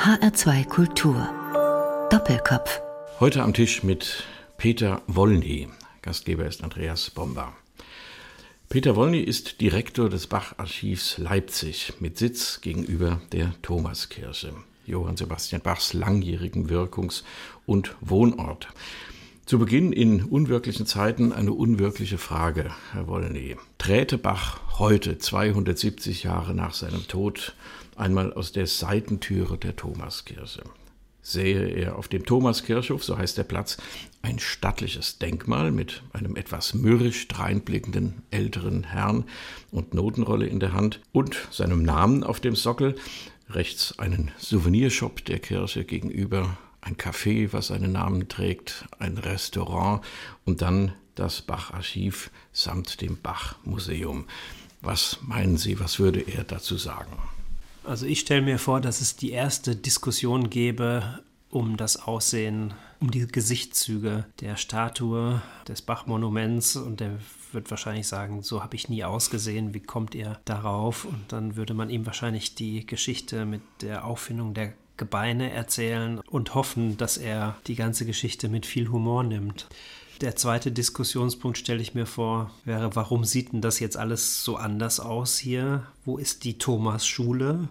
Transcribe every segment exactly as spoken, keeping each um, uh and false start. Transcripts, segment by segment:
H R zwei Kultur Doppelkopf. Heute am Tisch mit Peter Wollny. Gastgeber ist Andreas Bomba. Peter Wollny ist Direktor des Bach-Archivs Leipzig mit Sitz gegenüber der Thomaskirche, Johann Sebastian Bachs langjährigen Wirkungs- und Wohnort. Zu Beginn in unwirklichen Zeiten eine unwirkliche Frage, Herr Wollny. Träte Bach heute, zweihundertsiebzig Jahre nach seinem Tod, einmal aus der Seitentüre der Thomaskirche? Sähe er auf dem Thomaskirchhof, so heißt der Platz, ein stattliches Denkmal mit einem etwas mürrisch dreinblickenden älteren Herrn und Notenrolle in der Hand und seinem Namen auf dem Sockel, rechts einen Souvenirshop der Kirche gegenüber, ein Café, was seinen Namen trägt, ein Restaurant und dann das Bach-Archiv samt dem Bach-Museum. Was meinen Sie, was würde er dazu sagen? Also ich stelle mir vor, dass es die erste Diskussion gäbe um das Aussehen, um die Gesichtszüge der Statue des Bach-Monuments, und der wird wahrscheinlich sagen, so habe ich nie ausgesehen, wie kommt ihr darauf? Und dann würde man ihm wahrscheinlich die Geschichte mit der Auffindung der Gebeine erzählen und hoffen, dass er die ganze Geschichte mit viel Humor nimmt. Der zweite Diskussionspunkt, stelle ich mir vor, wäre, warum sieht denn das jetzt alles so anders aus hier? Wo ist die Thomasschule?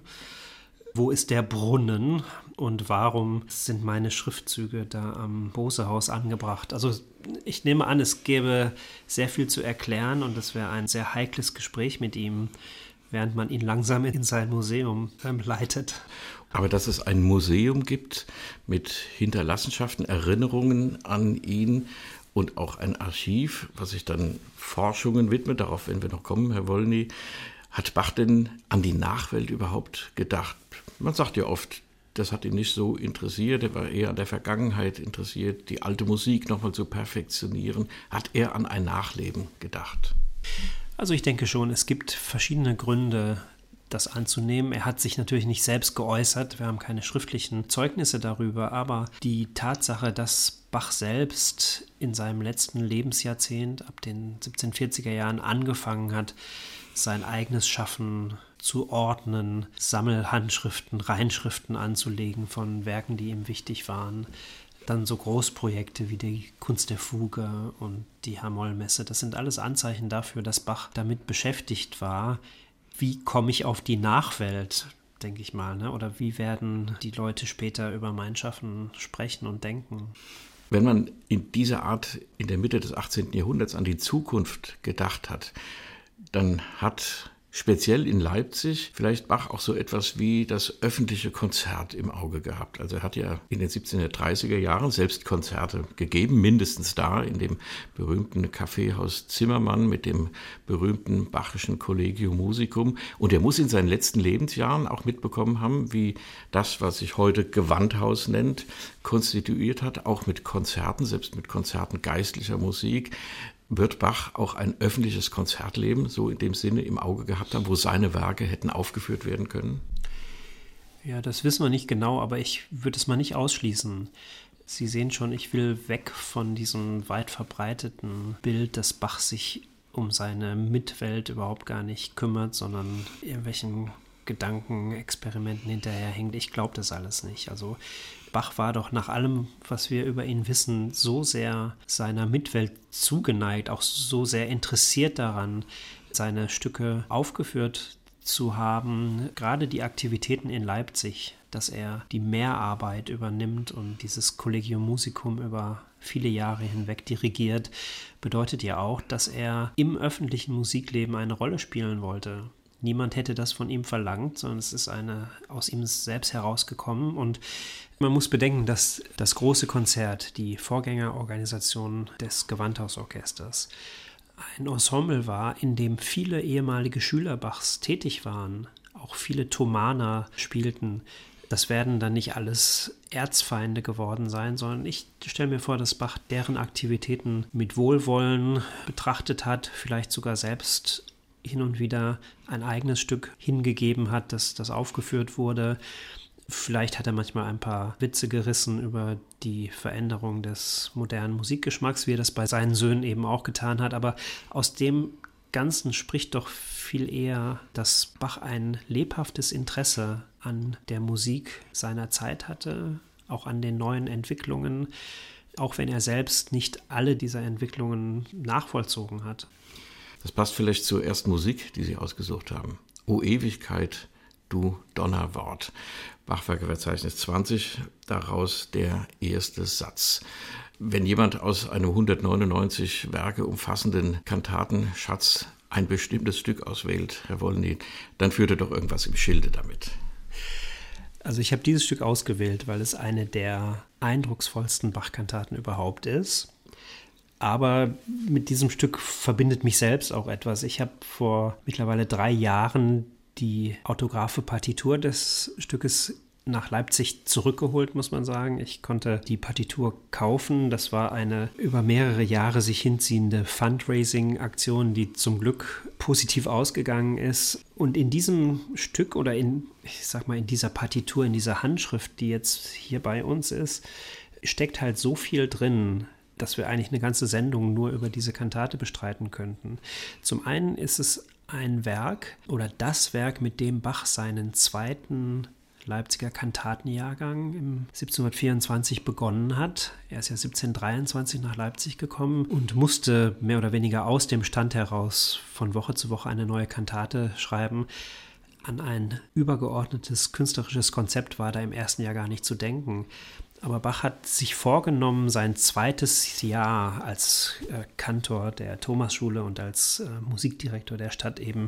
Wo ist der Brunnen? Und warum sind meine Schriftzüge da am Bosehaus angebracht? Also ich nehme an, es gäbe sehr viel zu erklären und es wäre ein sehr heikles Gespräch mit ihm, während man ihn langsam in sein Museum ähm, leitet. Aber dass es ein Museum gibt mit Hinterlassenschaften, Erinnerungen an ihn und auch ein Archiv, was sich dann Forschungen widmet, darauf werden wir noch kommen, Herr Wollny. Hat Bach denn an die Nachwelt überhaupt gedacht? Man sagt ja oft, das hat ihn nicht so interessiert, er war eher an der Vergangenheit interessiert, die alte Musik nochmal zu perfektionieren. Hat er an ein Nachleben gedacht? Also ich denke schon, es gibt verschiedene Gründe, das anzunehmen. Er hat sich natürlich nicht selbst geäußert, wir haben keine schriftlichen Zeugnisse darüber, aber die Tatsache, dass Bach selbst in seinem letzten Lebensjahrzehnt, ab den siebzehnhundertvierziger Jahren, angefangen hat, sein eigenes Schaffen zu ordnen, Sammelhandschriften, Reinschriften anzulegen von Werken, die ihm wichtig waren. Dann so Großprojekte wie die Kunst der Fuge und die H-Moll-Messe. Das sind alles Anzeichen dafür, dass Bach damit beschäftigt war. Wie komme ich auf die Nachwelt, denke ich mal, ne? Oder wie werden die Leute später über mein Schaffen sprechen und denken? Wenn man in dieser Art in der Mitte des achtzehnten Jahrhunderts an die Zukunft gedacht hat, dann hat speziell in Leipzig vielleicht Bach auch so etwas wie das öffentliche Konzert im Auge gehabt. Also er hat ja in den siebzehnhundertdreißiger Jahren selbst Konzerte gegeben, mindestens da in dem berühmten Kaffeehaus Zimmermann mit dem berühmten Bachischen Collegium Musicum. Und er muss in seinen letzten Lebensjahren auch mitbekommen haben, wie das, was sich heute Gewandhaus nennt, konstituiert hat, auch mit Konzerten, selbst mit Konzerten geistlicher Musik. Wird Bach auch ein öffentliches Konzertleben, so in dem Sinne, im Auge gehabt haben, wo seine Werke hätten aufgeführt werden können? Ja, das wissen wir nicht genau, aber ich würde es mal nicht ausschließen. Sie sehen schon, ich will weg von diesem weit verbreiteten Bild, dass Bach sich um seine Mitwelt überhaupt gar nicht kümmert, sondern irgendwelchen Gedankenexperimenten hinterherhängt. Ich glaube das alles nicht. Also Bach war doch nach allem, was wir über ihn wissen, so sehr seiner Mitwelt zugeneigt, auch so sehr interessiert daran, seine Stücke aufgeführt zu haben. Gerade die Aktivitäten in Leipzig, dass er die Mehrarbeit übernimmt und dieses Collegium Musicum über viele Jahre hinweg dirigiert, bedeutet ja auch, dass er im öffentlichen Musikleben eine Rolle spielen wollte. Niemand hätte das von ihm verlangt, sondern es ist eine aus ihm selbst herausgekommen. Und man muss bedenken, dass das große Konzert, die Vorgängerorganisation des Gewandhausorchesters, ein Ensemble war, in dem viele ehemalige Schüler Bachs tätig waren. Auch viele Thomaner spielten. Das werden dann nicht alles Erzfeinde geworden sein, sondern ich stelle mir vor, dass Bach deren Aktivitäten mit Wohlwollen betrachtet hat, vielleicht sogar selbst hin und wieder ein eigenes Stück hingegeben hat, das, das aufgeführt wurde. Vielleicht hat er manchmal ein paar Witze gerissen über die Veränderung des modernen Musikgeschmacks, wie er das bei seinen Söhnen eben auch getan hat. Aber aus dem Ganzen spricht doch viel eher, dass Bach ein lebhaftes Interesse an der Musik seiner Zeit hatte, auch an den neuen Entwicklungen, auch wenn er selbst nicht alle dieser Entwicklungen nachvollzogen hat. Das passt vielleicht zur ersten Musik, die Sie ausgesucht haben. O Ewigkeit, du Donnerwort. Bachwerkeverzeichnis zwanzig, daraus der erste Satz. Wenn jemand aus einem hundertneunundneunzig Werke umfassenden Kantatenschatz ein bestimmtes Stück auswählt, Herr Wolny, dann führt er doch irgendwas im Schilde damit. Also ich habe dieses Stück ausgewählt, weil es eine der eindrucksvollsten Bach-Kantaten überhaupt ist. Aber mit diesem Stück verbindet mich selbst auch etwas. Ich habe vor mittlerweile drei Jahren die autographe Partitur des Stückes nach Leipzig zurückgeholt, muss man sagen. Ich konnte die Partitur kaufen. Das war eine über mehrere Jahre sich hinziehende Fundraising-Aktion, die zum Glück positiv ausgegangen ist. Und in diesem Stück oder in, ich sag mal, in dieser Partitur, in dieser Handschrift, die jetzt hier bei uns ist, steckt halt so viel drin, dass wir eigentlich eine ganze Sendung nur über diese Kantate bestreiten könnten. Zum einen ist es ein Werk oder das Werk, mit dem Bach seinen zweiten Leipziger Kantatenjahrgang im siebzehnhundertvierundzwanzig begonnen hat. Er ist ja siebzehnhundertdreiundzwanzig nach Leipzig gekommen und musste mehr oder weniger aus dem Stand heraus von Woche zu Woche eine neue Kantate schreiben. An ein übergeordnetes künstlerisches Konzept war da im ersten Jahr gar nicht zu denken. Aber Bach hat sich vorgenommen, sein zweites Jahr als äh, Kantor der Thomasschule und als äh, Musikdirektor der Stadt eben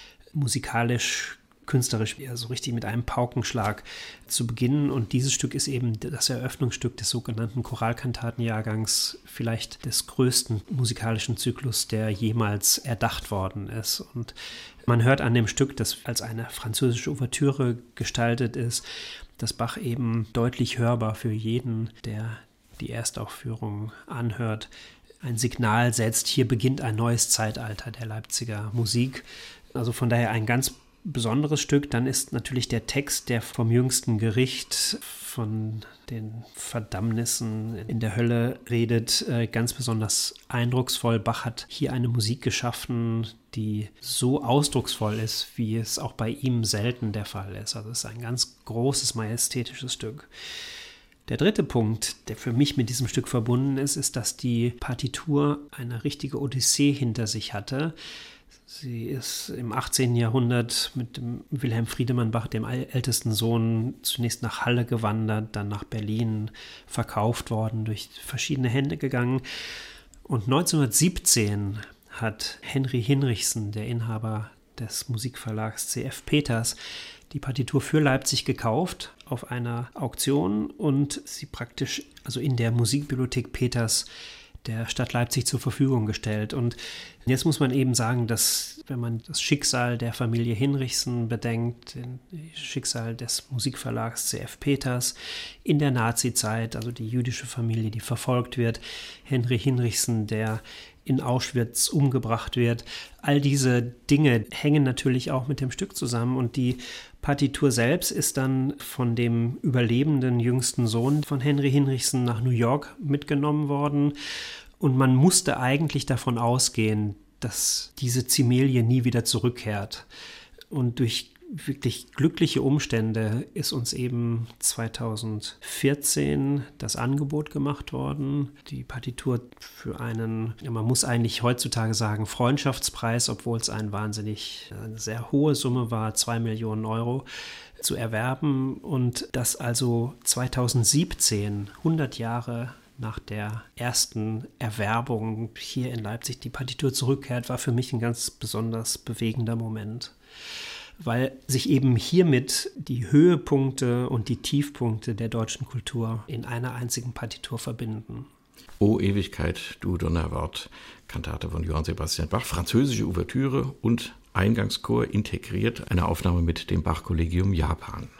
musikalisch künstlerisch so also richtig mit einem Paukenschlag zu beginnen. Und dieses Stück ist eben das Eröffnungsstück des sogenannten Choralkantatenjahrgangs, vielleicht des größten musikalischen Zyklus, der jemals erdacht worden ist. Und man hört an dem Stück, das als eine französische Ouvertüre gestaltet ist, dass Bach eben deutlich hörbar für jeden, der die Erstaufführung anhört, ein Signal setzt, hier beginnt ein neues Zeitalter der Leipziger Musik. Also von daher ein ganz besonderes Stück. Dann ist natürlich der Text, der vom jüngsten Gericht, von den Verdammnissen in der Hölle redet, ganz besonders eindrucksvoll. Bach hat hier eine Musik geschaffen, die so ausdrucksvoll ist, wie es auch bei ihm selten der Fall ist. Also es ist ein ganz großes, majestätisches Stück. Der dritte Punkt, der für mich mit diesem Stück verbunden ist, ist, dass die Partitur eine richtige Odyssee hinter sich hatte. Sie ist im achtzehnten Jahrhundert mit dem Wilhelm Friedemann Bach, dem ältesten Sohn, zunächst nach Halle gewandert, dann nach Berlin verkauft worden, durch verschiedene Hände gegangen. Und neunzehnhundertsiebzehn hat Henry Hinrichsen, der Inhaber des Musikverlags C F Peters, die Partitur für Leipzig gekauft auf einer Auktion und sie praktisch also in der Musikbibliothek Peters der Stadt Leipzig zur Verfügung gestellt. Und jetzt muss man eben sagen, dass, wenn man das Schicksal der Familie Hinrichsen bedenkt, das Schicksal des Musikverlags C F Peters in der Nazizeit, also die jüdische Familie, die verfolgt wird, Henry Hinrichsen, der in Auschwitz umgebracht wird, all diese Dinge hängen natürlich auch mit dem Stück zusammen und die Partitur selbst ist dann von dem überlebenden jüngsten Sohn von Henry Hinrichsen nach New York mitgenommen worden und man musste eigentlich davon ausgehen, dass diese Zimelie nie wieder zurückkehrt. Und durch wirklich glückliche Umstände ist uns eben zweitausendvierzehn das Angebot gemacht worden, die Partitur für einen, ja, man muss eigentlich heutzutage sagen, Freundschaftspreis, obwohl es ein wahnsinnig, eine sehr hohe Summe war, zwei Millionen Euro, zu erwerben und das also zweitausendsiebzehn, hundert Jahre nach der ersten Erwerbung hier in Leipzig die Partitur zurückkehrt, war für mich ein ganz besonders bewegender Moment, weil sich eben hiermit die Höhepunkte und die Tiefpunkte der deutschen Kultur in einer einzigen Partitur verbinden. O Ewigkeit, du Donnerwort, Kantate von Johann Sebastian Bach, französische Ouvertüre und Eingangschor integriert, eine Aufnahme mit dem Bach-Kollegium Japan.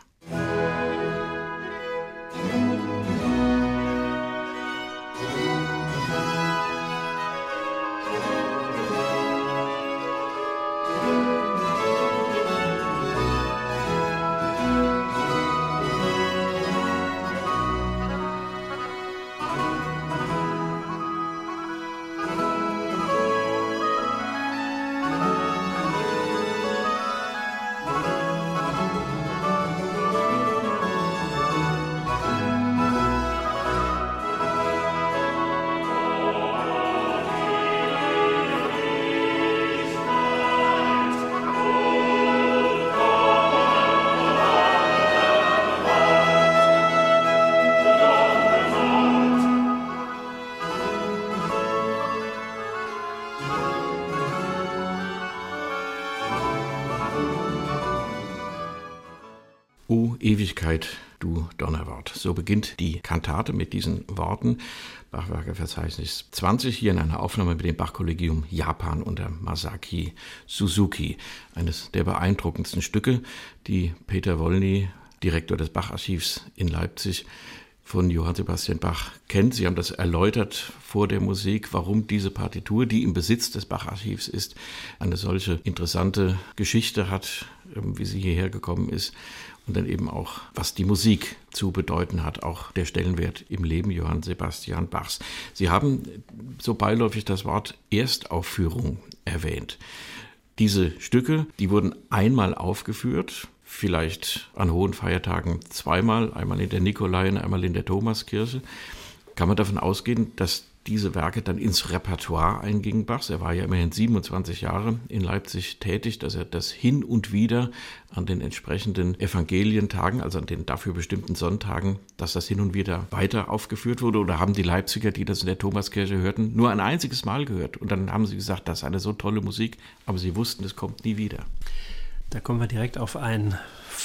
Ewigkeit, du Donnerwort. So beginnt die Kantate mit diesen Worten. Bachwerkeverzeichnis zwanzig, hier in einer Aufnahme mit dem Bach-Kollegium Japan unter Masaki Suzuki. Eines der beeindruckendsten Stücke, die Peter Wolny, Direktor des Bach-Archivs in Leipzig, von Johann Sebastian Bach kennt. Sie haben das erläutert vor der Musik, warum diese Partitur, die im Besitz des Bach-Archivs ist, eine solche interessante Geschichte hat, wie sie hierher gekommen ist. Und dann eben auch, was die Musik zu bedeuten hat, auch der Stellenwert im Leben Johann Sebastian Bachs. Sie haben so beiläufig das Wort Erstaufführung erwähnt. Diese Stücke, die wurden einmal aufgeführt, vielleicht an hohen Feiertagen zweimal, einmal in der Nikolaien, einmal in der Thomaskirche. Kann man davon ausgehen, dass diese Werke dann ins Repertoire eingingen Bachs? Er war ja immerhin siebenundzwanzig Jahre in Leipzig tätig, dass er das hin und wieder an den entsprechenden Evangelientagen, also an den dafür bestimmten Sonntagen, dass das hin und wieder weiter aufgeführt wurde? Oder haben die Leipziger, die das in der Thomaskirche hörten, nur ein einziges Mal gehört? Und dann haben sie gesagt, das ist eine so tolle Musik, aber sie wussten, es kommt nie wieder. Da kommen wir direkt auf ein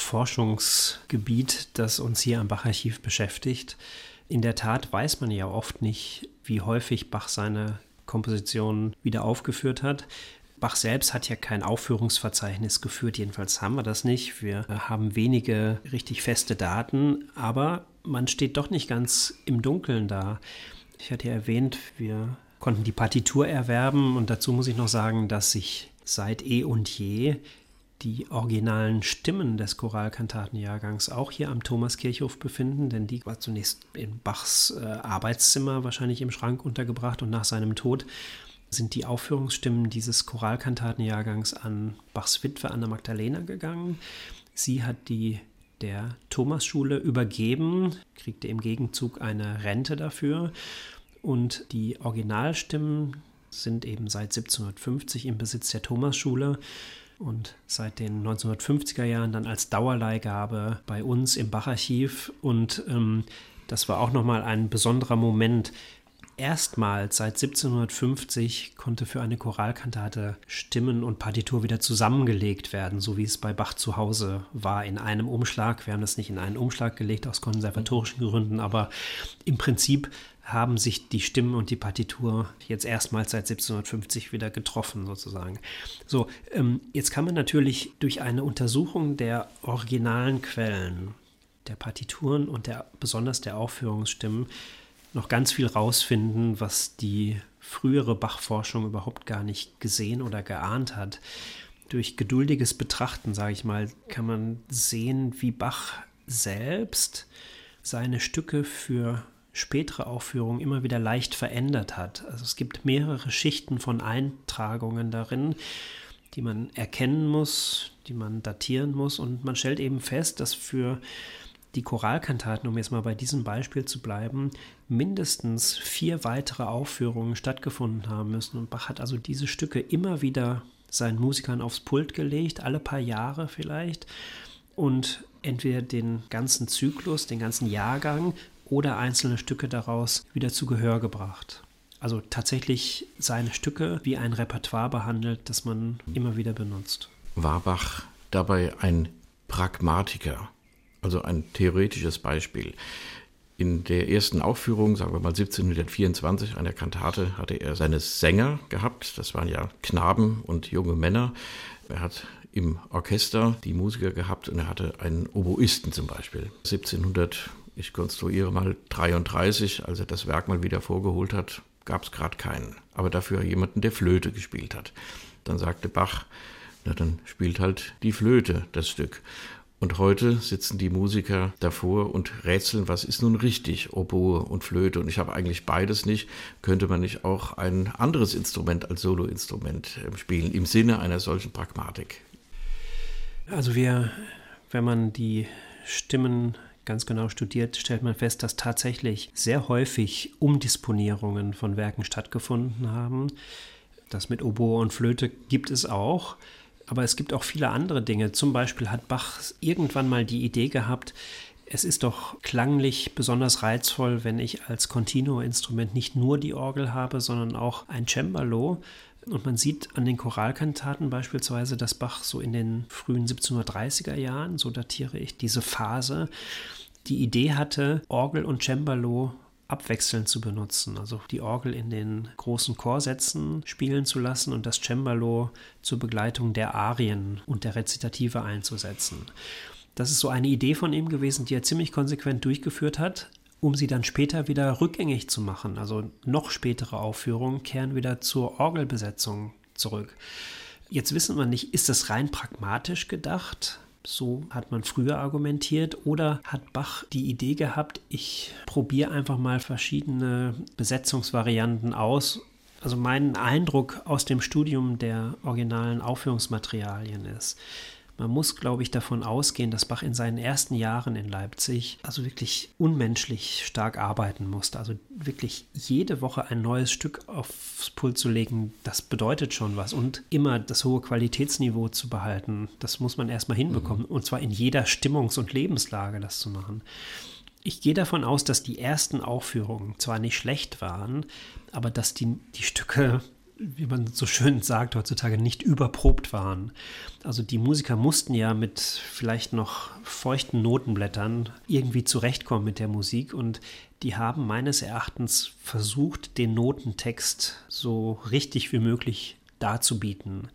Forschungsgebiet, das uns hier am Bach-Archiv beschäftigt. In der Tat weiß man ja oft nicht, wie häufig Bach seine Kompositionen wieder aufgeführt hat. Bach selbst hat ja kein Aufführungsverzeichnis geführt, jedenfalls haben wir das nicht. Wir haben wenige richtig feste Daten, aber man steht doch nicht ganz im Dunkeln da. Ich hatte ja erwähnt, wir konnten die Partitur erwerben und dazu muss ich noch sagen, dass sich seit eh und je die originalen Stimmen des Choralkantatenjahrgangs auch hier am Thomaskirchhof befinden, denn die war zunächst in Bachs äh, Arbeitszimmer wahrscheinlich im Schrank untergebracht und nach seinem Tod sind die Aufführungsstimmen dieses Choralkantatenjahrgangs an Bachs Witwe Anna Magdalena gegangen. Sie hat die der Thomasschule übergeben, kriegte im Gegenzug eine Rente dafür und die Originalstimmen sind eben seit siebzehnhundertfünfzig im Besitz der Thomasschule und seit den neunzehnhundertfünfziger Jahren dann als Dauerleihgabe bei uns im Bach-Archiv. Und ähm, das war auch nochmal ein besonderer Moment. Erstmals seit siebzehnhundertfünfzig konnte für eine Choralkantate Stimmen und Partitur wieder zusammengelegt werden, so wie es bei Bach zu Hause war, in einem Umschlag. Wir haben das nicht in einen Umschlag gelegt aus konservatorischen Gründen, aber im Prinzip haben sich die Stimmen und die Partitur jetzt erstmals seit siebzehnhundertfünfzig wieder getroffen, sozusagen. So, ähm, jetzt kann man natürlich durch eine Untersuchung der originalen Quellen, der Partituren und der, besonders der Aufführungsstimmen, noch ganz viel rausfinden, was die frühere Bach-Forschung überhaupt gar nicht gesehen oder geahnt hat. Durch geduldiges Betrachten, sage ich mal, kann man sehen, wie Bach selbst seine Stücke für spätere Aufführungen immer wieder leicht verändert hat. Also es gibt mehrere Schichten von Eintragungen darin, die man erkennen muss, die man datieren muss und man stellt eben fest, dass für die Choralkantaten, um jetzt mal bei diesem Beispiel zu bleiben, mindestens vier weitere Aufführungen stattgefunden haben müssen. Und Bach hat also diese Stücke immer wieder seinen Musikern aufs Pult gelegt, alle paar Jahre vielleicht, und entweder den ganzen Zyklus, den ganzen Jahrgang oder einzelne Stücke daraus wieder zu Gehör gebracht. Also tatsächlich seine Stücke wie ein Repertoire behandelt, das man immer wieder benutzt. War Bach dabei ein Pragmatiker? Also ein theoretisches Beispiel. In der ersten Aufführung, sagen wir mal siebzehnhundertvierundzwanzig, einer Kantate, hatte er seine Sänger gehabt. Das waren ja Knaben und junge Männer. Er hat im Orchester die Musiker gehabt und er hatte einen Oboisten zum Beispiel. siebzehnhundert, ich konstruiere mal dreiunddreißig, als er das Werk mal wieder vorgeholt hat, gab es gerade keinen. Aber dafür jemanden, der Flöte gespielt hat. Dann sagte Bach, na dann spielt halt die Flöte das Stück. Und heute sitzen die Musiker davor und rätseln, was ist nun richtig, Oboe und Flöte. Und ich habe eigentlich beides nicht. Könnte man nicht auch ein anderes Instrument als Soloinstrument spielen, im Sinne einer solchen Pragmatik? Also wir, wenn man die Stimmen ganz genau studiert, stellt man fest, dass tatsächlich sehr häufig Umdisponierungen von Werken stattgefunden haben. Das mit Oboe und Flöte gibt es auch. Aber es gibt auch viele andere Dinge. Zum Beispiel hat Bach irgendwann mal die Idee gehabt, es ist doch klanglich besonders reizvoll, wenn ich als Continuo-Instrument nicht nur die Orgel habe, sondern auch ein Cembalo. Und man sieht an den Choralkantaten beispielsweise, dass Bach so in den frühen siebzehnhundertdreißiger Jahren, so datiere ich diese Phase, die Idee hatte, Orgel und Cembalo abwechselnd zu benutzen. Also die Orgel in den großen Chorsätzen spielen zu lassen und das Cembalo zur Begleitung der Arien und der Rezitative einzusetzen. Das ist so eine Idee von ihm gewesen, die er ziemlich konsequent durchgeführt hat, um sie dann später wieder rückgängig zu machen. Also noch spätere Aufführungen kehren wieder zur Orgelbesetzung zurück. Jetzt wissen wir nicht, ist das rein pragmatisch gedacht? So hat man früher argumentiert. Oder hat Bach die Idee gehabt, ich probiere einfach mal verschiedene Besetzungsvarianten aus. Also mein Eindruck aus dem Studium der originalen Aufführungsmaterialien ist, man muss, glaube ich, davon ausgehen, dass Bach in seinen ersten Jahren in Leipzig also wirklich unmenschlich stark arbeiten musste. Also wirklich jede Woche ein neues Stück aufs Pult zu legen, das bedeutet schon was. Und immer das hohe Qualitätsniveau zu behalten, das muss man erstmal hinbekommen. Mhm. Und zwar in jeder Stimmungs- und Lebenslage das zu machen. Ich gehe davon aus, dass die ersten Aufführungen zwar nicht schlecht waren, aber dass die, die Stücke, wie man so schön sagt heutzutage, nicht überprobt waren. Also die Musiker mussten ja mit vielleicht noch feuchten Notenblättern irgendwie zurechtkommen mit der Musik und die haben meines Erachtens versucht, den Notentext so richtig wie möglich darzubieten.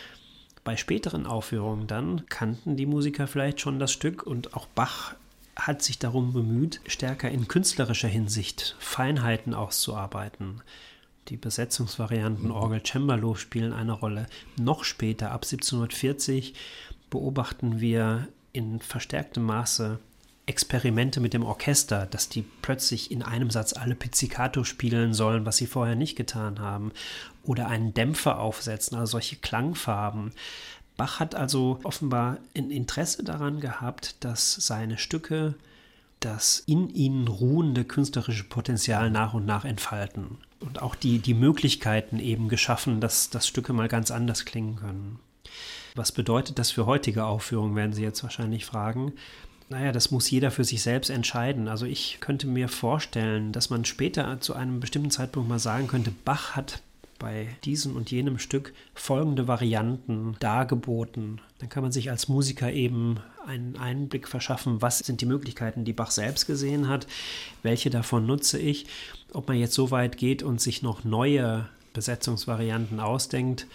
Bei späteren Aufführungen dann kannten die Musiker vielleicht schon das Stück und auch Bach hat sich darum bemüht, stärker in künstlerischer Hinsicht Feinheiten auszuarbeiten. Die Besetzungsvarianten Orgel, Cembalo spielen eine Rolle. Noch später, ab siebzehnhundertvierzig, beobachten wir in verstärktem Maße Experimente mit dem Orchester, dass die plötzlich in einem Satz alle Pizzicato spielen sollen, was sie vorher nicht getan haben. Oder einen Dämpfer aufsetzen, also solche Klangfarben. Bach hat also offenbar ein Interesse daran gehabt, dass seine Stücke das in ihnen ruhende künstlerische Potenzial nach und nach entfalten. Und auch die, die Möglichkeiten eben geschaffen, dass, dass Stücke mal ganz anders klingen können. Was bedeutet das für heutige Aufführungen, werden Sie jetzt wahrscheinlich fragen. Naja, das muss jeder für sich selbst entscheiden. Also ich könnte mir vorstellen, dass man später zu einem bestimmten Zeitpunkt mal sagen könnte, Bach hat bei diesem und jenem Stück folgende Varianten dargeboten. Dann kann man sich als Musiker eben einen Einblick verschaffen, was sind die Möglichkeiten, die Bach selbst gesehen hat, welche davon nutze ich. Ob man jetzt so weit geht und sich noch neue Besetzungsvarianten ausdenkt,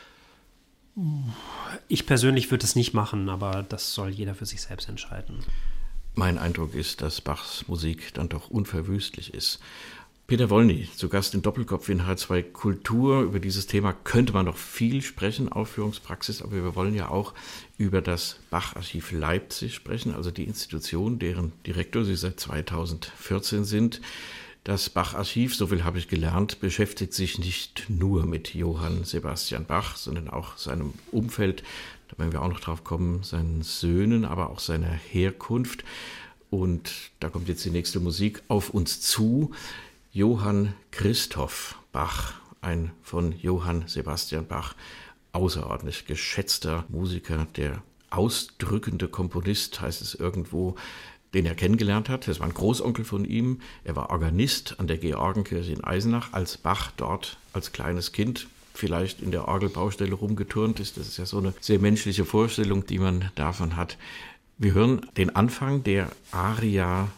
ich persönlich würde es nicht machen, aber das soll jeder für sich selbst entscheiden. Mein Eindruck ist, dass Bachs Musik dann doch unverwüstlich ist. Peter Wolny, zu Gast in Doppelkopf in H zwei Kultur. Über dieses Thema könnte man noch viel sprechen, Aufführungspraxis, aber wir wollen ja auch über das Bach-Archiv Leipzig sprechen, also die Institution, deren Direktor Sie seit zweitausendvierzehn sind. Das Bach-Archiv, so viel habe ich gelernt, beschäftigt sich nicht nur mit Johann Sebastian Bach, sondern auch seinem Umfeld, da werden wir auch noch drauf kommen, seinen Söhnen, aber auch seiner Herkunft. Und da kommt jetzt die nächste Musik auf uns zu. Johann Christoph Bach, ein von Johann Sebastian Bach außerordentlich geschätzter Musiker, der ausdrückende Komponist, heißt es irgendwo, den er kennengelernt hat. Das war ein Großonkel von ihm. Er war Organist an der Georgenkirche in Eisenach, als Bach dort als kleines Kind vielleicht in der Orgelbaustelle rumgeturnt ist. Das ist ja so eine sehr menschliche Vorstellung, die man davon hat. Wir hören den Anfang der Aria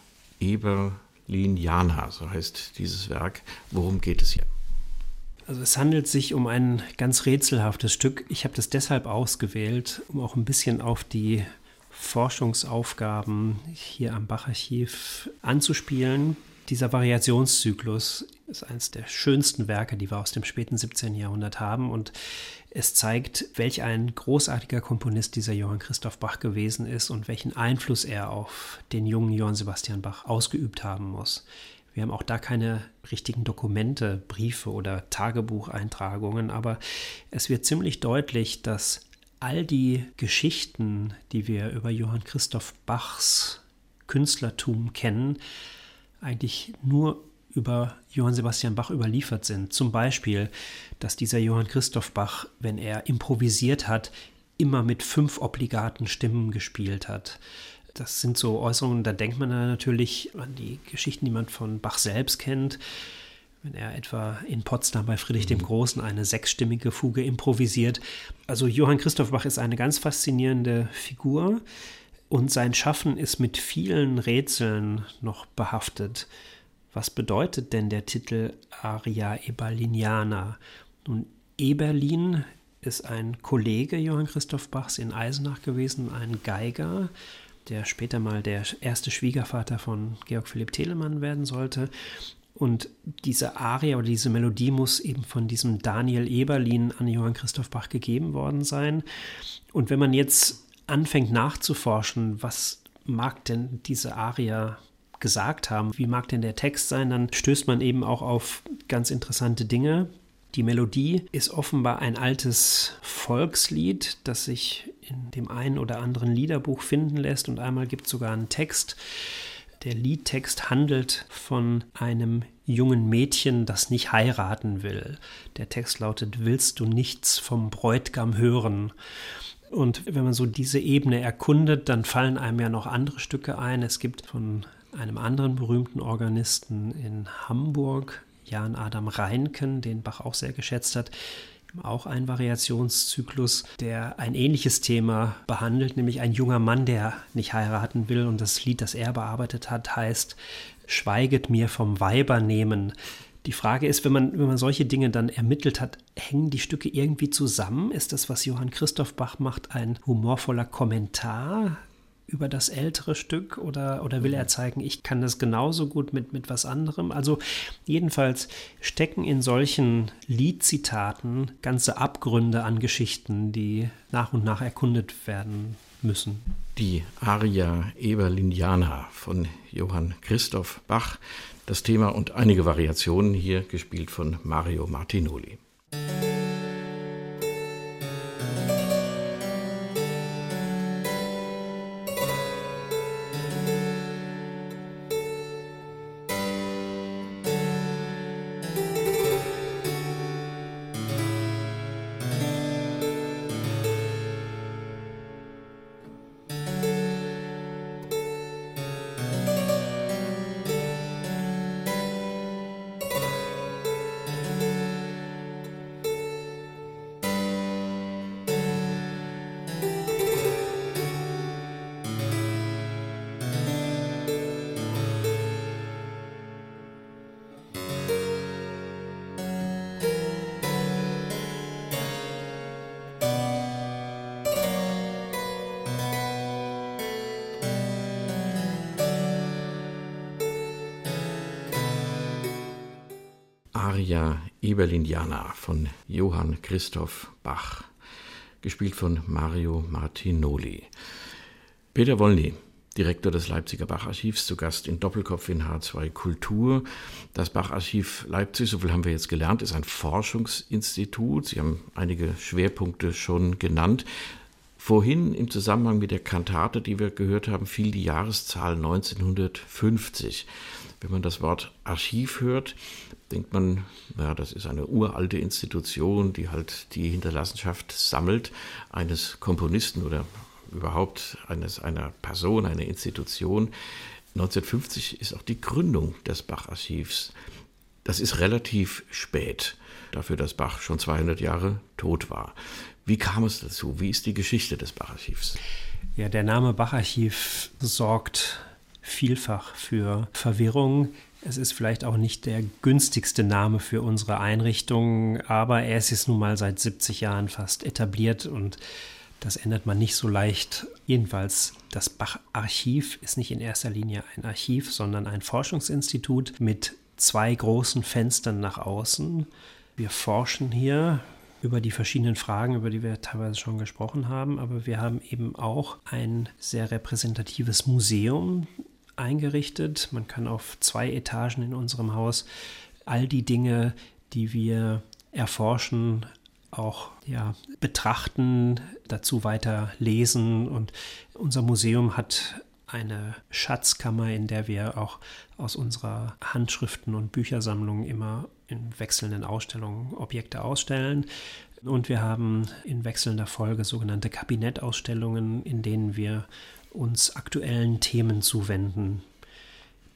Eberliniana, so heißt dieses Werk. Worum geht es hier? Also es handelt sich um ein ganz rätselhaftes Stück. Ich habe das deshalb ausgewählt, um auch ein bisschen auf die Forschungsaufgaben hier am Bach-Archiv anzuspielen. Dieser Variationszyklus ist eines der schönsten Werke, die wir aus dem späten siebzehnten Jahrhundert haben, und es zeigt, welch ein großartiger Komponist dieser Johann Christoph Bach gewesen ist und welchen Einfluss er auf den jungen Johann Sebastian Bach ausgeübt haben muss. Wir haben auch da keine richtigen Dokumente, Briefe oder Tagebucheintragungen, aber es wird ziemlich deutlich, dass all die Geschichten, die wir über Johann Christoph Bachs Künstlertum kennen, eigentlich nur über Johann Sebastian Bach überliefert sind. Zum Beispiel, dass dieser Johann Christoph Bach, wenn er improvisiert hat, immer mit fünf obligaten Stimmen gespielt hat. Das sind so Äußerungen, da denkt man dann natürlich an die Geschichten, die man von Bach selbst kennt. wenn er etwa in Potsdam bei Friedrich dem Großen eine sechsstimmige Fuge improvisiert. Also Johann Christoph Bach ist eine ganz faszinierende Figur und sein Schaffen ist mit vielen Rätseln noch behaftet. Was bedeutet denn der Titel Aria Eberliniana? Nun, Eberlin ist ein Kollege Johann Christoph Bachs in Eisenach gewesen, ein Geiger, der später mal der erste Schwiegervater von Georg Philipp Telemann werden sollte. Und diese Aria oder diese Melodie muss eben von diesem Daniel Eberlin an Johann Christoph Bach gegeben worden sein. Und wenn man jetzt anfängt nachzuforschen, was mag denn diese Aria gesagt haben, wie mag denn der Text sein, dann stößt man eben auch auf ganz interessante Dinge. Die Melodie ist offenbar ein altes Volkslied, das sich in dem einen oder anderen Liederbuch finden lässt, und einmal gibt es sogar einen Text. Der Liedtext handelt von einem jungen Mädchen, das nicht heiraten will. Der Text lautet: Willst du nichts vom Bräutigam hören? Und wenn man so diese Ebene erkundet, dann fallen einem ja noch andere Stücke ein. Es gibt von einem anderen berühmten Organisten in Hamburg, Jan Adam Reinken, den Bach auch sehr geschätzt hat, auch ein Variationszyklus, der ein ähnliches Thema behandelt, nämlich ein junger Mann, der nicht heiraten will. Und das Lied, das er bearbeitet hat, heißt Schweiget mir vom Weibernehmen. Die Frage ist, wenn man, wenn man solche Dinge dann ermittelt hat, hängen die Stücke irgendwie zusammen? Ist das, was Johann Christoph Bach macht, ein humorvoller Kommentar über das ältere Stück, oder, oder will er zeigen, ich kann das genauso gut mit, mit was anderem? Also jedenfalls stecken in solchen Liedzitaten ganze Abgründe an Geschichten, die nach und nach erkundet werden müssen. Die Aria Eberliniana von Johann Christoph Bach, das Thema und einige Variationen, hier gespielt von Mario Martinoli. Aria Eberliniana von Johann Christoph Bach, gespielt von Mario Martinoli. Peter Wolny, Direktor des Leipziger Bacharchivs, zu Gast in Doppelkopf in H zwei Kultur. Das Bacharchiv Leipzig, so viel haben wir jetzt gelernt, ist ein Forschungsinstitut. Sie haben einige Schwerpunkte schon genannt. Vorhin im Zusammenhang mit der Kantate, die wir gehört haben, fiel die Jahreszahl neunzehnhundertfünfzig. Wenn man das Wort Archiv hört, denkt man, ja, das ist eine uralte Institution, die halt die Hinterlassenschaft sammelt eines Komponisten oder überhaupt eines, einer Person, einer Institution. neunzehnhundertfünfzig ist auch die Gründung des Bacharchivs. Das ist relativ spät, dafür, dass Bach schon zweihundert Jahre tot war. Wie kam es dazu? Wie ist die Geschichte des Bacharchivs? Ja, der Name Bacharchiv sorgt vielfach für Verwirrung. Es ist vielleicht auch nicht der günstigste Name für unsere Einrichtung, aber er ist jetzt nun mal seit siebzig Jahren fast etabliert und das ändert man nicht so leicht. Jedenfalls, das Bacharchiv ist nicht in erster Linie ein Archiv, sondern ein Forschungsinstitut mit zwei großen Fenstern nach außen. Wir forschen hier über die verschiedenen Fragen, über die wir teilweise schon gesprochen haben, aber wir haben eben auch ein sehr repräsentatives Museum eingerichtet. Man kann auf zwei Etagen in unserem Haus all die Dinge, die wir erforschen, auch ja, betrachten, dazu weiter lesen. Und unser Museum hat eine Schatzkammer, in der wir auch aus unserer Handschriften- und Büchersammlung immer in wechselnden Ausstellungen Objekte ausstellen. Und wir haben in wechselnder Folge sogenannte Kabinettausstellungen, in denen wir uns aktuellen Themen zuwenden.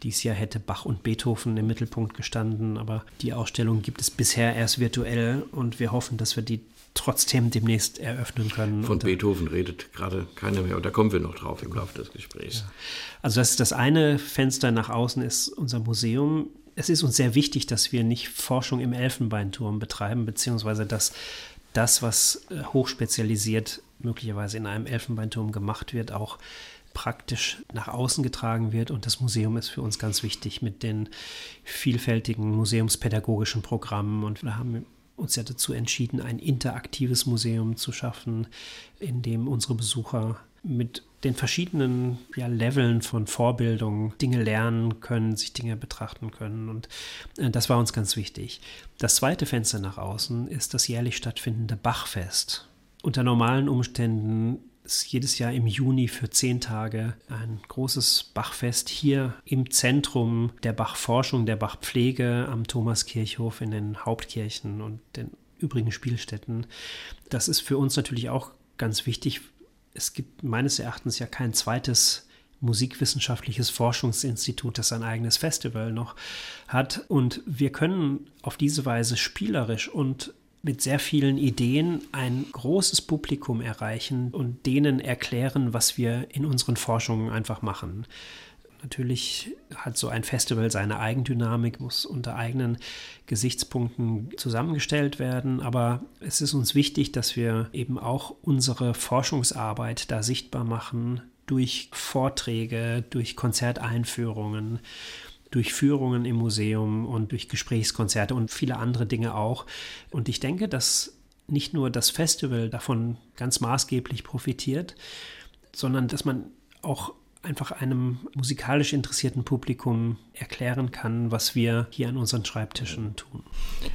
Dies Jahr hätte Bach und Beethoven im Mittelpunkt gestanden, aber die Ausstellung gibt es bisher erst virtuell und wir hoffen, dass wir die trotzdem demnächst eröffnen können. Von Beethoven redet gerade keiner mehr und da kommen wir noch drauf im Laufe des Gesprächs. Ja. Also das ist das eine Fenster nach außen, ist unser Museum. Es ist uns sehr wichtig, dass wir nicht Forschung im Elfenbeinturm betreiben, beziehungsweise dass das, was hochspezialisiert möglicherweise in einem Elfenbeinturm gemacht wird, auch praktisch nach außen getragen wird. Und das Museum ist für uns ganz wichtig mit den vielfältigen museumspädagogischen Programmen. Und wir haben uns ja dazu entschieden, ein interaktives Museum zu schaffen, in dem unsere Besucher mit den verschiedenen ja, Leveln von Vorbildung Dinge lernen können, sich Dinge betrachten können. Und äh, das war uns ganz wichtig. Das zweite Fenster nach außen ist das jährlich stattfindende Bachfest. Unter normalen Umständen ist jedes Jahr im Juni für zehn Tage ein großes Bachfest hier im Zentrum der Bachforschung, der Bachpflege am Thomaskirchhof in den Hauptkirchen und den übrigen Spielstätten. Das ist für uns natürlich auch ganz wichtig. Es gibt meines Erachtens ja kein zweites musikwissenschaftliches Forschungsinstitut, das ein eigenes Festival noch hat. Und wir können auf diese Weise spielerisch und mit sehr vielen Ideen ein großes Publikum erreichen und denen erklären, was wir in unseren Forschungen einfach machen. Natürlich hat so ein Festival seine Eigendynamik, muss unter eigenen Gesichtspunkten zusammengestellt werden, aber es ist uns wichtig, dass wir eben auch unsere Forschungsarbeit da sichtbar machen durch Vorträge, durch Konzerteinführungen, durch Führungen im Museum und durch Gesprächskonzerte und viele andere Dinge auch. Und ich denke, dass nicht nur das Festival davon ganz maßgeblich profitiert, sondern dass man auch einfach einem musikalisch interessierten Publikum erklären kann, was wir hier an unseren Schreibtischen tun.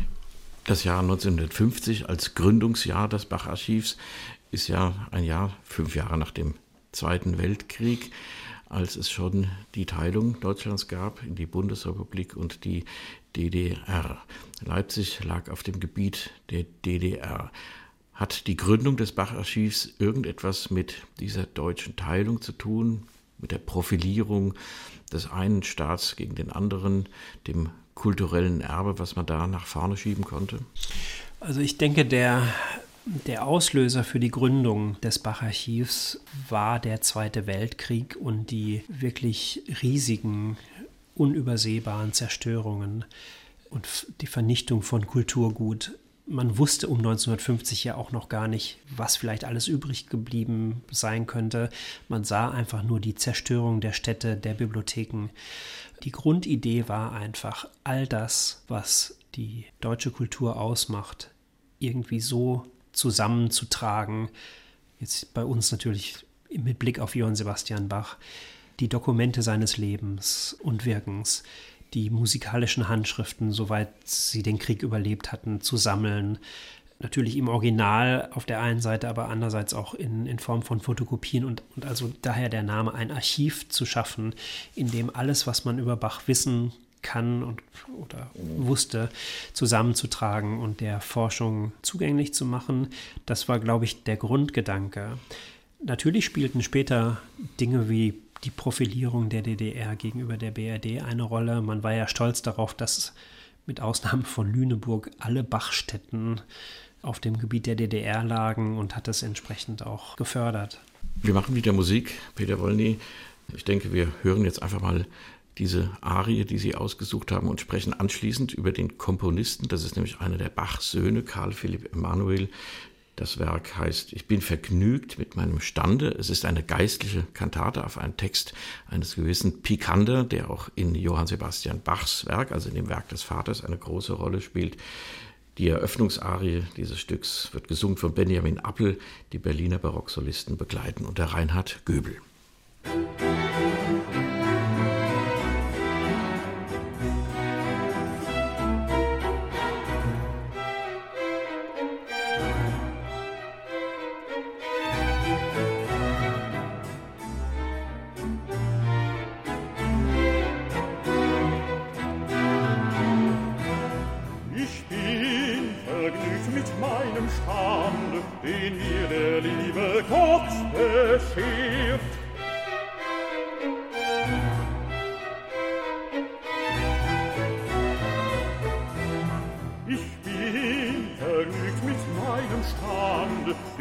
Das Jahr neunzehnhundertfünfzig als Gründungsjahr des Bach-Archivs ist ja ein Jahr, fünf Jahre nach dem Zweiten Weltkrieg, als es schon die Teilung Deutschlands gab in die Bundesrepublik und die D D R. Leipzig lag auf dem Gebiet der D D R. Hat die Gründung des Bach-Archivs irgendetwas mit dieser deutschen Teilung zu tun, mit der Profilierung des einen Staats gegen den anderen, dem kulturellen Erbe, was man da nach vorne schieben konnte? Also ich denke, der Der Auslöser für die Gründung des Bach-Archivs war der Zweite Weltkrieg und die wirklich riesigen, unübersehbaren Zerstörungen und die Vernichtung von Kulturgut. Man wusste um neunzehnhundertfünfzig ja auch noch gar nicht, was vielleicht alles übrig geblieben sein könnte. Man sah einfach nur die Zerstörung der Städte, der Bibliotheken. Die Grundidee war einfach, all das, was die deutsche Kultur ausmacht, irgendwie so zusammenzutragen, jetzt bei uns natürlich mit Blick auf Johann Sebastian Bach, die Dokumente seines Lebens und Wirkens, die musikalischen Handschriften, soweit sie den Krieg überlebt hatten, zu sammeln. Natürlich im Original auf der einen Seite, aber andererseits auch in, in Form von Fotokopien und, und also daher der Name, ein Archiv zu schaffen, in dem alles, was man über Bach wissen kann und oder wusste, zusammenzutragen und der Forschung zugänglich zu machen. Das war, glaube ich, der Grundgedanke. Natürlich spielten später Dinge wie die Profilierung der D D R gegenüber der B R D eine Rolle. Man war ja stolz darauf, dass mit Ausnahme von Lüneburg alle Bachstätten auf dem Gebiet der D D R lagen und hat das entsprechend auch gefördert. Wir machen wieder Musik, Peter Wolny. Ich denke, wir hören jetzt einfach mal diese Arie, die Sie ausgesucht haben, und sprechen anschließend über den Komponisten. Das ist nämlich einer der Bach-Söhne, Karl Philipp Emanuel. Das Werk heißt Ich bin vergnügt mit meinem Stande. Es ist eine geistliche Kantate auf einen Text eines gewissen Picander, der auch in Johann Sebastian Bachs Werk, also in dem Werk des Vaters, eine große Rolle spielt. Die Eröffnungsarie dieses Stücks wird gesungen von Benjamin Appel. Die Berliner Barocksolisten begleiten unter Reinhard Göbel.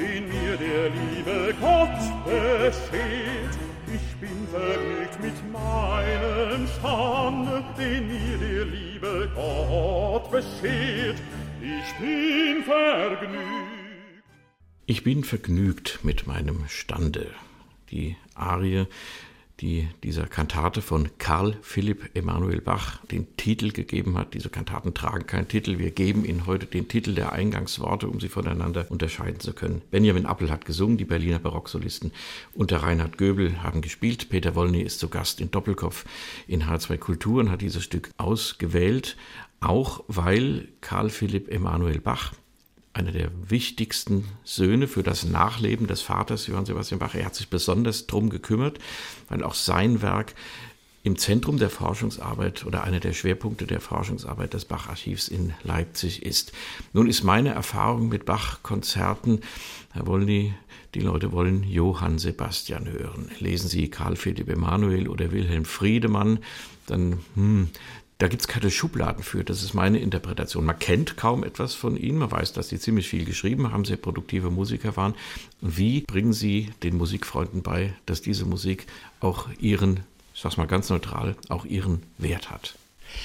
den mir der liebe Gott beschert. Ich bin vergnügt mit meinem Stande, den mir der liebe Gott beschert. Ich bin vergnügt. Ich bin vergnügt mit meinem Stande. Die Arie, die dieser Kantate von Karl Philipp Emanuel Bach den Titel gegeben hat. Diese Kantaten tragen keinen Titel. Wir geben ihnen heute den Titel der Eingangsworte, um sie voneinander unterscheiden zu können. Benjamin Appel hat gesungen, die Berliner Barocksolisten unter Reinhard Göbel haben gespielt. Peter Wolny ist zu Gast in Doppelkopf in H zwei Kultur und hat dieses Stück ausgewählt, auch weil Karl Philipp Emanuel Bach, einer der wichtigsten Söhne für das Nachleben des Vaters Johann Sebastian Bach. Er hat sich besonders drum gekümmert, weil auch sein Werk im Zentrum der Forschungsarbeit oder einer der Schwerpunkte der Forschungsarbeit des Bach-Archivs in Leipzig ist. Nun ist meine Erfahrung mit Bach-Konzerten, Herr Wolny, die Leute wollen Johann Sebastian hören. Lesen Sie Karl Philipp Emanuel oder Wilhelm Friedemann, dann hm, da gibt es keine Schubladen für, das ist meine Interpretation. Man kennt kaum etwas von ihnen, man weiß, dass sie ziemlich viel geschrieben haben, sehr produktive Musiker waren. Und wie bringen Sie den Musikfreunden bei, dass diese Musik auch ihren, ich sag's mal ganz neutral, auch ihren Wert hat?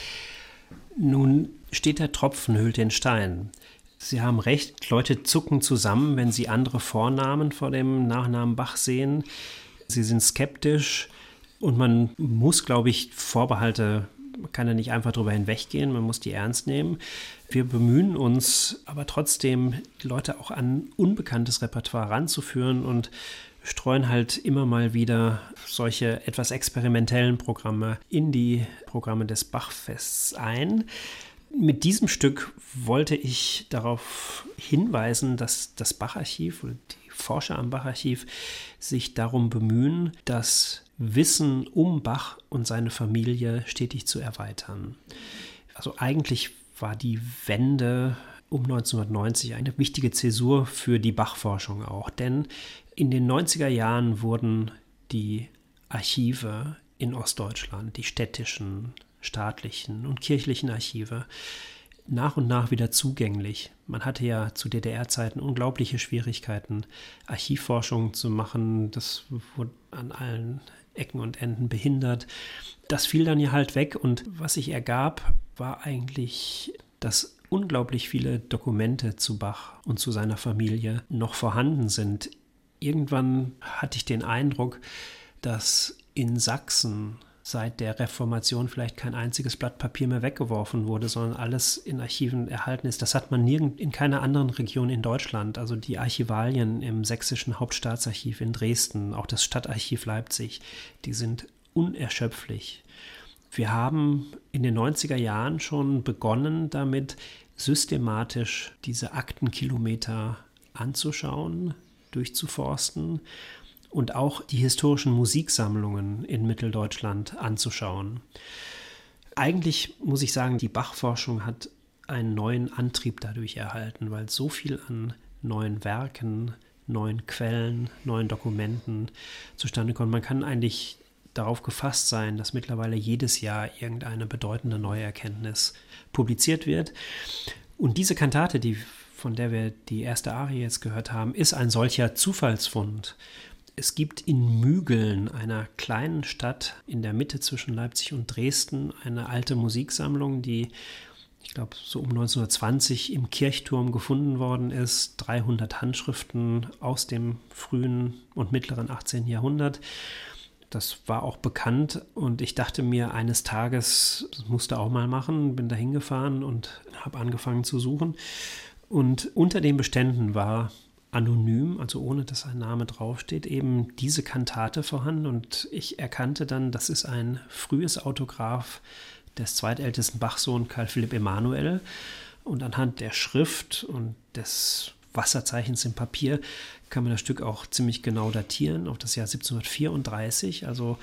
Nun steht der Tropfen hüllt den Stein. Sie haben recht, Leute zucken zusammen, wenn sie andere Vornamen vor dem Nachnamen Bach sehen. Sie sind skeptisch und man muss, glaube ich, Vorbehalte Man kann ja nicht einfach drüber hinweggehen, man muss die ernst nehmen. Wir bemühen uns aber trotzdem, die Leute auch an unbekanntes Repertoire ranzuführen und streuen halt immer mal wieder solche etwas experimentellen Programme in die Programme des Bachfests ein. Mit diesem Stück wollte ich darauf hinweisen, dass das Bacharchiv oder die Forscher am Bacharchiv sich darum bemühen, das Wissen um Bach und seine Familie stetig zu erweitern. Also eigentlich war die Wende um neunzehnhundertneunzig eine wichtige Zäsur für die Bach-Forschung auch, denn in den neunziger Jahren wurden die Archive in Ostdeutschland, die städtischen, staatlichen und kirchlichen Archive, nach und nach wieder zugänglich. Man hatte ja zu D D R-Zeiten unglaubliche Schwierigkeiten, Archivforschung zu machen. Das wurde an allen Ecken und Enden behindert. Das fiel dann ja halt weg und was sich ergab, war eigentlich, dass unglaublich viele Dokumente zu Bach und zu seiner Familie noch vorhanden sind. Irgendwann hatte ich den Eindruck, dass in Sachsen seit der Reformation vielleicht kein einziges Blatt Papier mehr weggeworfen wurde, sondern alles in Archiven erhalten ist. Das hat man nirgend in keiner anderen Region in Deutschland. Also die Archivalien im Sächsischen Hauptstaatsarchiv in Dresden, auch das Stadtarchiv Leipzig, die sind unerschöpflich. Wir haben in den neunziger Jahren schon begonnen, damit systematisch diese Aktenkilometer anzuschauen, durchzuforsten und auch die historischen Musiksammlungen in Mitteldeutschland anzuschauen. Eigentlich muss ich sagen, die Bach-Forschung hat einen neuen Antrieb dadurch erhalten, weil so viel an neuen Werken, neuen Quellen, neuen Dokumenten zustande kommt. Man kann eigentlich darauf gefasst sein, dass mittlerweile jedes Jahr irgendeine bedeutende neue Erkenntnis publiziert wird. Und diese Kantate, die, von der wir die erste Arie jetzt gehört haben, ist ein solcher Zufallsfund. Es gibt in Mügeln, einer kleinen Stadt in der Mitte zwischen Leipzig und Dresden, eine alte Musiksammlung, die, ich glaube, so um neunzehnhundertzwanzig im Kirchturm gefunden worden ist. dreihundert Handschriften aus dem frühen und mittleren achtzehnten Jahrhundert. Das war auch bekannt und ich dachte mir eines Tages, das musste auch mal machen, bin da hingefahren und habe angefangen zu suchen. Und unter den Beständen war anonym, also ohne dass ein Name draufsteht, eben diese Kantate vorhanden und ich erkannte dann, das ist ein frühes Autograph des zweitältesten Bachsohn Karl Philipp Emanuel und anhand der Schrift und des Wasserzeichens im Papier kann man das Stück auch ziemlich genau datieren auf das Jahr siebzehnhundertvierunddreißig, also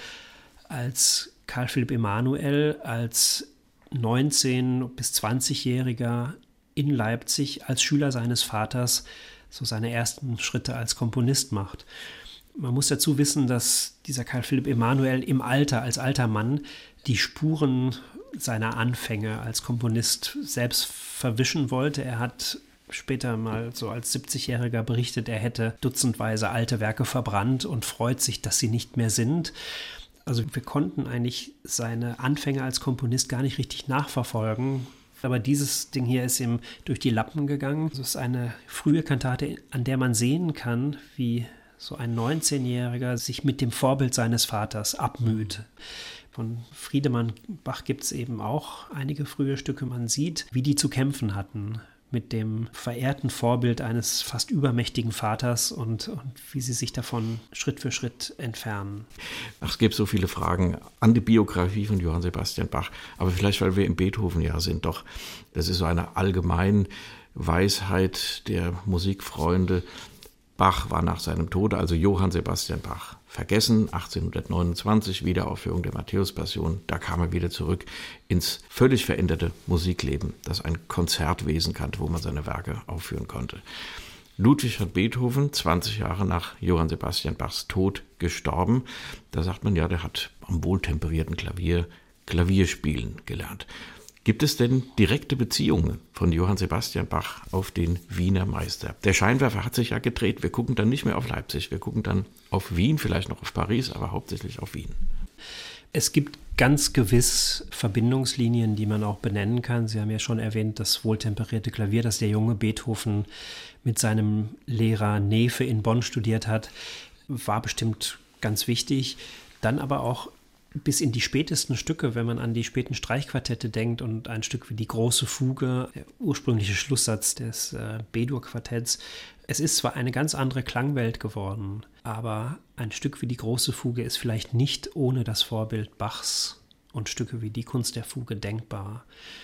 als Karl Philipp Emanuel als neunzehn- bis zwanzigjähriger in Leipzig als Schüler seines Vaters so seine ersten Schritte als Komponist macht. Man muss dazu wissen, dass dieser Karl Philipp Emanuel im Alter, als alter Mann, die Spuren seiner Anfänge als Komponist selbst verwischen wollte. Er hat später mal so als siebzigjähriger berichtet, er hätte dutzendweise alte Werke verbrannt und freut sich, dass sie nicht mehr sind. Also wir konnten eigentlich seine Anfänge als Komponist gar nicht richtig nachverfolgen. Aber dieses Ding hier ist ihm durch die Lappen gegangen. Es ist eine frühe Kantate, an der man sehen kann, wie so ein neunzehnjähriger sich mit dem Vorbild seines Vaters abmüht. Von Friedemann Bach gibt es eben auch einige frühe Stücke. Man sieht, wie die zu kämpfen hatten mit dem verehrten Vorbild eines fast übermächtigen Vaters und, und wie sie sich davon Schritt für Schritt entfernen. Ach, es gibt so viele Fragen an die Biografie von Johann Sebastian Bach, aber vielleicht, weil wir im Beethoven-Jahr sind, doch, das ist so eine allgemeine Weisheit der Musikfreunde. Bach war nach seinem Tode, also Johann Sebastian Bach, vergessen. achtzehnhundertneunundzwanzig, Wiederaufführung der Matthäus-Passion. Da kam er wieder zurück ins völlig veränderte Musikleben, das ein Konzertwesen kannte, wo man seine Werke aufführen konnte. Ludwig van Beethoven, zwanzig Jahre nach Johann Sebastian Bachs Tod gestorben. Da sagt man ja, der hat am wohltemperierten Klavier Klavier spielen gelernt. Gibt es denn direkte Beziehungen von Johann Sebastian Bach auf den Wiener Meister? Der Scheinwerfer hat sich ja gedreht. Wir gucken dann nicht mehr auf Leipzig, wir gucken dann auf Wien, vielleicht noch auf Paris, aber hauptsächlich auf Wien. Es gibt ganz gewiss Verbindungslinien, die man auch benennen kann. Sie haben ja schon erwähnt, das wohltemperierte Klavier, das der junge Beethoven mit seinem Lehrer Neefe in Bonn studiert hat, war bestimmt ganz wichtig. Dann aber auch bis in die spätesten Stücke, wenn man an die späten Streichquartette denkt und ein Stück wie die Große Fuge, der ursprüngliche Schlusssatz des äh, B-Dur-Quartetts. Es ist zwar eine ganz andere Klangwelt geworden, aber ein Stück wie die Große Fuge ist vielleicht nicht ohne das Vorbild Bachs und Stücke wie die Kunst der Fuge denkbar.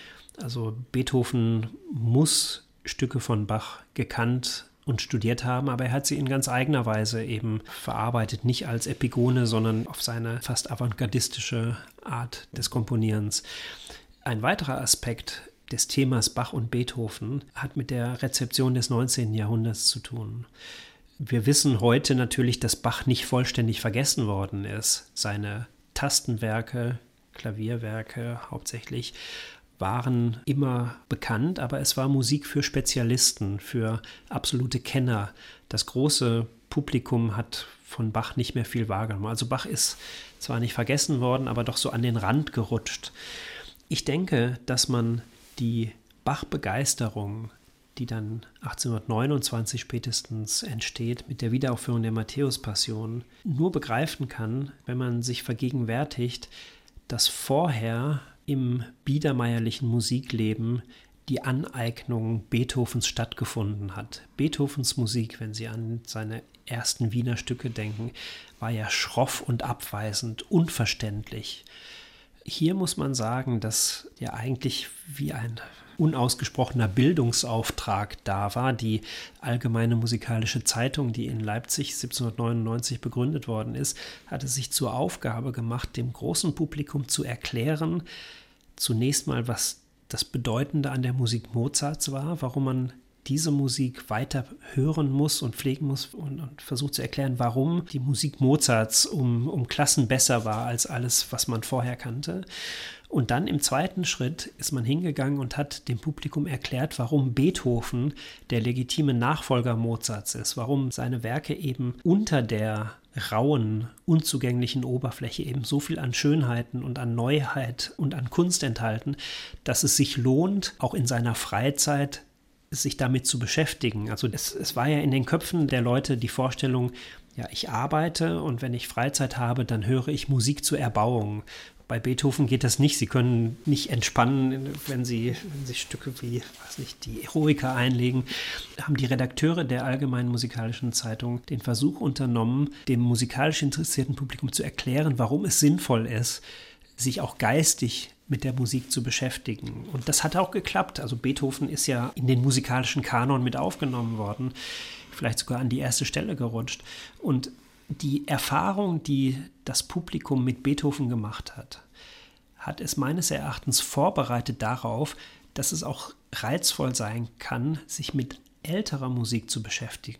Also Beethoven muss Stücke von Bach gekannt und studiert haben, aber er hat sie in ganz eigener Weise eben verarbeitet, nicht als Epigone, sondern auf seine fast avantgardistische Art des Komponierens. Ein weiterer Aspekt des Themas Bach und Beethoven hat mit der Rezeption des neunzehnten Jahrhunderts zu tun. Wir wissen heute natürlich, dass Bach nicht vollständig vergessen worden ist. Seine Tastenwerke, Klavierwerke hauptsächlich, waren immer bekannt, aber es war Musik für Spezialisten, für absolute Kenner. Das große Publikum hat von Bach nicht mehr viel wahrgenommen. Also Bach ist zwar nicht vergessen worden, aber doch so an den Rand gerutscht. Ich denke, dass man die Bach-Begeisterung, die dann achtzehnhundertneunundzwanzig spätestens entsteht mit der Wiederaufführung der Matthäus-Passion, nur begreifen kann, wenn man sich vergegenwärtigt, dass vorher im biedermeierlichen Musikleben die Aneignung Beethovens stattgefunden hat. Beethovens Musik, wenn Sie an seine ersten Wiener Stücke denken, war ja schroff und abweisend, unverständlich. Hier muss man sagen, dass ja eigentlich wie ein unausgesprochener Bildungsauftrag da war. Die Allgemeine Musikalische Zeitung, die in Leipzig siebzehnhundertneunundneunzig begründet worden ist, hatte sich zur Aufgabe gemacht, dem großen Publikum zu erklären, zunächst mal, was das Bedeutende an der Musik Mozarts war, warum man diese Musik weiter hören muss und pflegen muss und, und versucht zu erklären, warum die Musik Mozarts um, um Klassen besser war als alles, was man vorher kannte. Und dann im zweiten Schritt ist man hingegangen und hat dem Publikum erklärt, warum Beethoven der legitime Nachfolger Mozarts ist, warum seine Werke eben unter der rauen, unzugänglichen Oberfläche eben so viel an Schönheiten und an Neuheit und an Kunst enthalten, dass es sich lohnt, auch in seiner Freizeit sich damit zu beschäftigen. Also es, es war ja in den Köpfen der Leute die Vorstellung, ja, ich arbeite und wenn ich Freizeit habe, dann höre ich Musik zur Erbauung. Bei Beethoven geht das nicht. Sie können nicht entspannen, wenn Sie, wenn Sie Stücke wie, weiß nicht, die Eroica einlegen. Da haben die Redakteure der Allgemeinen Musikalischen Zeitung den Versuch unternommen, dem musikalisch interessierten Publikum zu erklären, warum es sinnvoll ist, sich auch geistig mit der Musik zu beschäftigen. Und das hat auch geklappt. Also Beethoven ist ja in den musikalischen Kanon mit aufgenommen worden, vielleicht sogar an die erste Stelle gerutscht. Und die Erfahrung, die das Publikum mit Beethoven gemacht hat, hat es meines Erachtens vorbereitet darauf, dass es auch reizvoll sein kann, sich mit älterer Musik zu beschäftigen,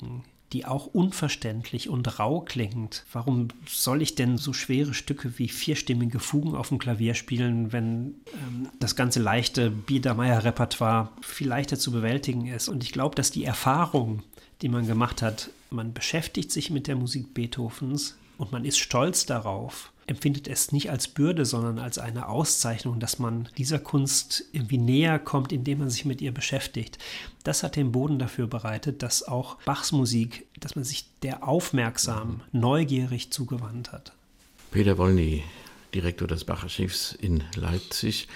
die auch unverständlich und rau klingt. Warum soll ich denn so schwere Stücke wie vierstimmige Fugen auf dem Klavier spielen, wenn ähm, das ganze leichte Biedermeier-Repertoire viel leichter zu bewältigen ist? Und ich glaube, dass die Erfahrung, die man gemacht hat, man beschäftigt sich mit der Musik Beethovens und man ist stolz darauf, empfindet es nicht als Bürde, sondern als eine Auszeichnung, dass man dieser Kunst irgendwie näher kommt, indem man sich mit ihr beschäftigt. Das hat den Boden dafür bereitet, dass auch Bachs Musik, dass man sich der aufmerksam, neugierig zugewandt hat. Peter Wolny, Direktor des Bach-Archivs in Leipzig.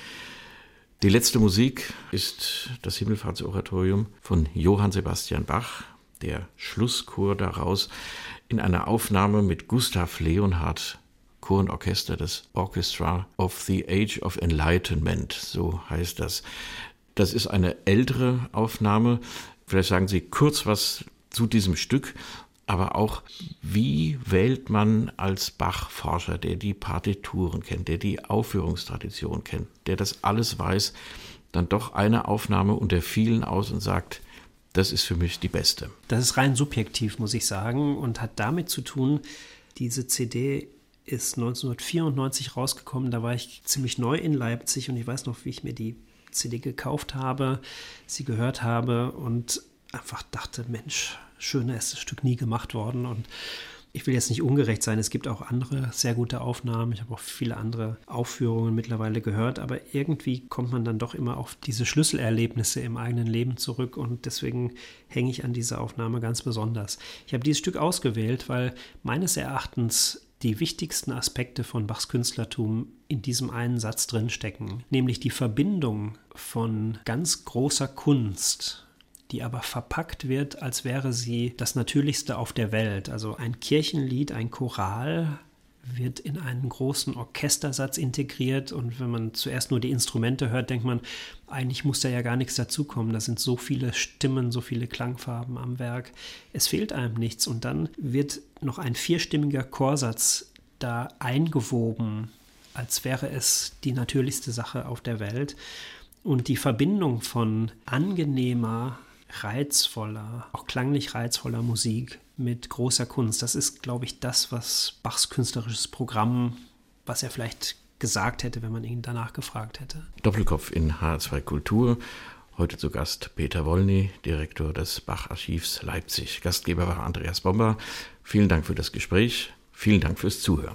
Die letzte Musik ist das Himmelfahrtsoratorium von Johann Sebastian Bach, der Schlusschor daraus in einer Aufnahme mit Gustav Leonhardt, Chor und Orchester, das Orchestra of the Age of Enlightenment, so heißt das. Das ist eine ältere Aufnahme. Vielleicht sagen Sie kurz was zu diesem Stück, aber auch, wie wählt man als Bach-Forscher, der die Partituren kennt, der die Aufführungstradition kennt, der das alles weiß, dann doch eine Aufnahme unter vielen aus und sagt, das ist für mich die beste. Das ist rein subjektiv, muss ich sagen, und hat damit zu tun, diese C D ist neunzehnhundertvierundneunzig rausgekommen, da war ich ziemlich neu in Leipzig und ich weiß noch, wie ich mir die C D gekauft habe, sie gehört habe und einfach dachte, Mensch, schöner ist das Stück nie gemacht worden. Und ich will jetzt nicht ungerecht sein, es gibt auch andere sehr gute Aufnahmen, ich habe auch viele andere Aufführungen mittlerweile gehört, aber irgendwie kommt man dann doch immer auf diese Schlüsselerlebnisse im eigenen Leben zurück und deswegen hänge ich an dieser Aufnahme ganz besonders. Ich habe dieses Stück ausgewählt, weil meines Erachtens die wichtigsten Aspekte von Bachs Künstlertum in diesem einen Satz drinstecken, nämlich die Verbindung von ganz großer Kunst, die aber verpackt wird, als wäre sie das Natürlichste auf der Welt. Also ein Kirchenlied, ein Choral wird in einen großen Orchestersatz integriert und wenn man zuerst nur die Instrumente hört, denkt man, eigentlich muss da ja gar nichts dazukommen. Da sind so viele Stimmen, so viele Klangfarben am Werk. Es fehlt einem nichts und dann wird noch ein vierstimmiger Chorsatz da eingewoben, als wäre es die natürlichste Sache auf der Welt. Und die Verbindung von angenehmer, reizvoller, auch klanglich reizvoller Musik mit großer Kunst. Das ist, glaube ich, das, was Bachs künstlerisches Programm, was er vielleicht gesagt hätte, wenn man ihn danach gefragt hätte. Doppelkopf in H R zwei Kultur. Heute zu Gast Peter Wolny, Direktor des Bach-Archivs Leipzig. Gastgeber war Andreas Bomber. Vielen Dank für das Gespräch. Vielen Dank fürs Zuhören.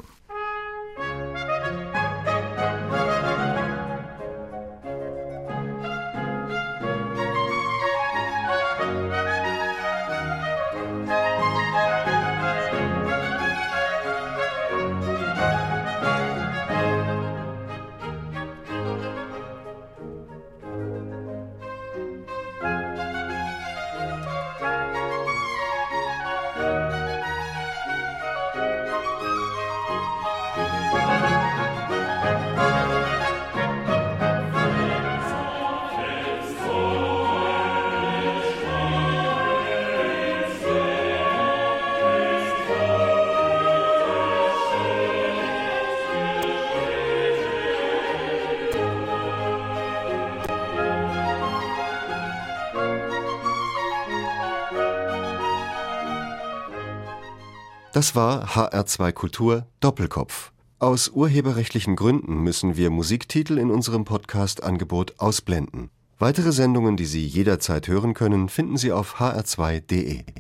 Das war H R zwei Kultur Doppelkopf. Aus urheberrechtlichen Gründen müssen wir Musiktitel in unserem Podcast-Angebot ausblenden. Weitere Sendungen, die Sie jederzeit hören können, finden Sie auf h r zwei punkt d e.